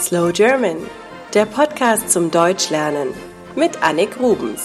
Slow German, der Podcast zum Deutschlernen mit Annik Rubens.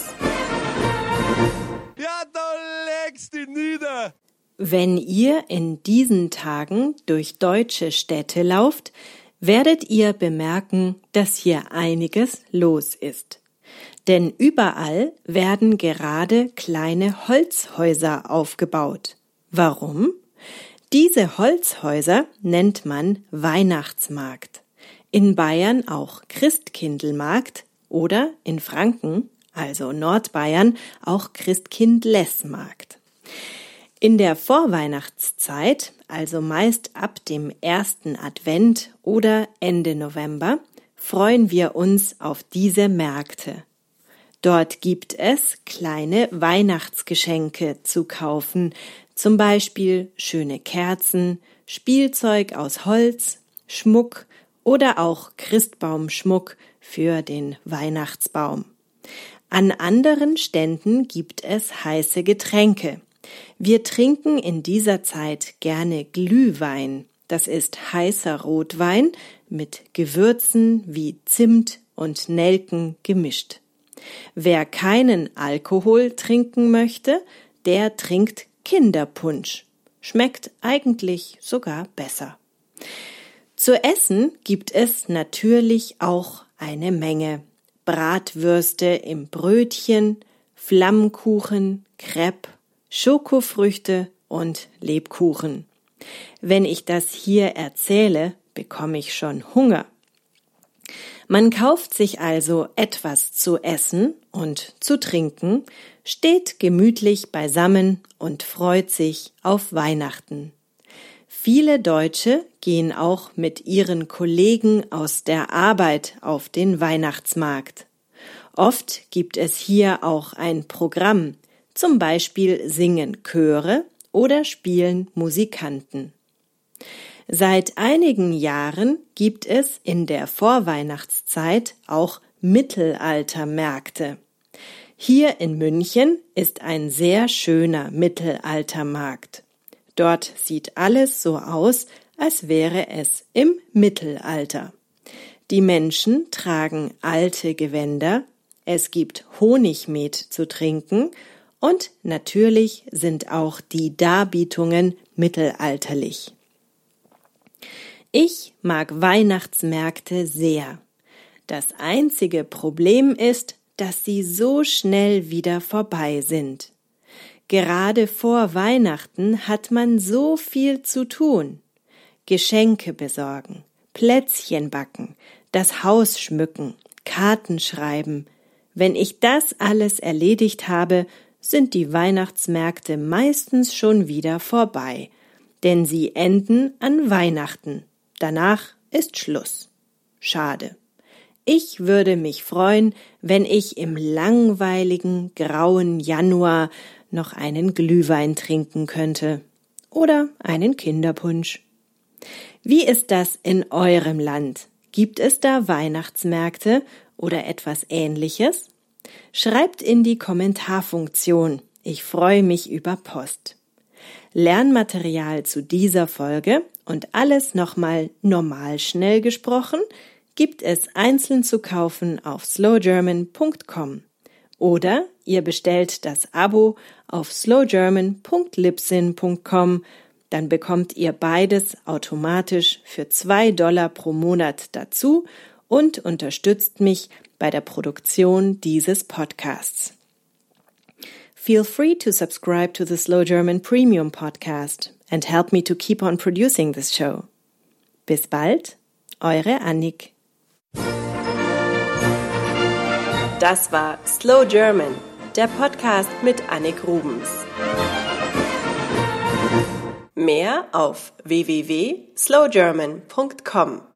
Ja, da legst du nieder! Wenn ihr in diesen Tagen durch deutsche Städte lauft, werdet ihr bemerken, dass hier einiges los ist. Denn überall werden gerade kleine Holzhäuser aufgebaut. Warum? Diese Holzhäuser nennt man Weihnachtsmarkt. In Bayern auch Christkindlmarkt oder in Franken, also Nordbayern, auch Christkindlesmarkt. In der Vorweihnachtszeit, also meist ab dem 1. Advent oder Ende November, freuen wir uns auf diese Märkte. Dort gibt es kleine Weihnachtsgeschenke zu kaufen, zum Beispiel schöne Kerzen, Spielzeug aus Holz, Schmuck oder auch Christbaumschmuck für den Weihnachtsbaum. An anderen Ständen gibt es heiße Getränke. Wir trinken in dieser Zeit gerne Glühwein. Das ist heißer Rotwein mit Gewürzen wie Zimt und Nelken gemischt. Wer keinen Alkohol trinken möchte, der trinkt Kinderpunsch. Schmeckt eigentlich sogar besser. Zu essen gibt es natürlich auch eine Menge. Bratwürste im Brötchen, Flammkuchen, Crepe, Schokofrüchte und Lebkuchen. Wenn ich das hier erzähle, bekomme ich schon Hunger. Man kauft sich also etwas zu essen und zu trinken, steht gemütlich beisammen und freut sich auf Weihnachten. Viele Deutsche gehen auch mit ihren Kollegen aus der Arbeit auf den Weihnachtsmarkt. Oft gibt es hier auch ein Programm, zum Beispiel singen Chöre oder spielen Musikanten. Seit einigen Jahren gibt es in der Vorweihnachtszeit auch Mittelaltermärkte. Hier in München ist ein sehr schöner Mittelaltermarkt. Dort sieht alles so aus, als wäre es im Mittelalter. Die Menschen tragen alte Gewänder, es gibt Honigmet zu trinken und natürlich sind auch die Darbietungen mittelalterlich. Ich mag Weihnachtsmärkte sehr. Das einzige Problem ist, dass sie so schnell wieder vorbei sind. Gerade vor Weihnachten hat man so viel zu tun. Geschenke besorgen, Plätzchen backen, das Haus schmücken, Karten schreiben. Wenn ich das alles erledigt habe, sind die Weihnachtsmärkte meistens schon wieder vorbei, denn sie enden an Weihnachten. Danach ist Schluss. Schade. Ich würde mich freuen, wenn ich im langweiligen, grauen Januar noch einen Glühwein trinken könnte. Oder einen Kinderpunsch. Wie ist das in eurem Land? Gibt es da Weihnachtsmärkte oder etwas Ähnliches? Schreibt in die Kommentarfunktion. Ich freue mich über Post. Lernmaterial zu dieser Folge und alles nochmal normal schnell gesprochen gibt es einzeln zu kaufen auf slowgerman.com oder ihr bestellt das Abo auf slowgerman.libsyn.com, dann bekommt ihr beides automatisch für $2 pro Monat dazu und unterstützt mich bei der Produktion dieses Podcasts. Feel free to subscribe to the Slow German Premium Podcast and help me to keep on producing this show. Bis bald, eure Annik. Das war Slow German, der Podcast mit Annik Rubens. Mehr auf www.slowgerman.com.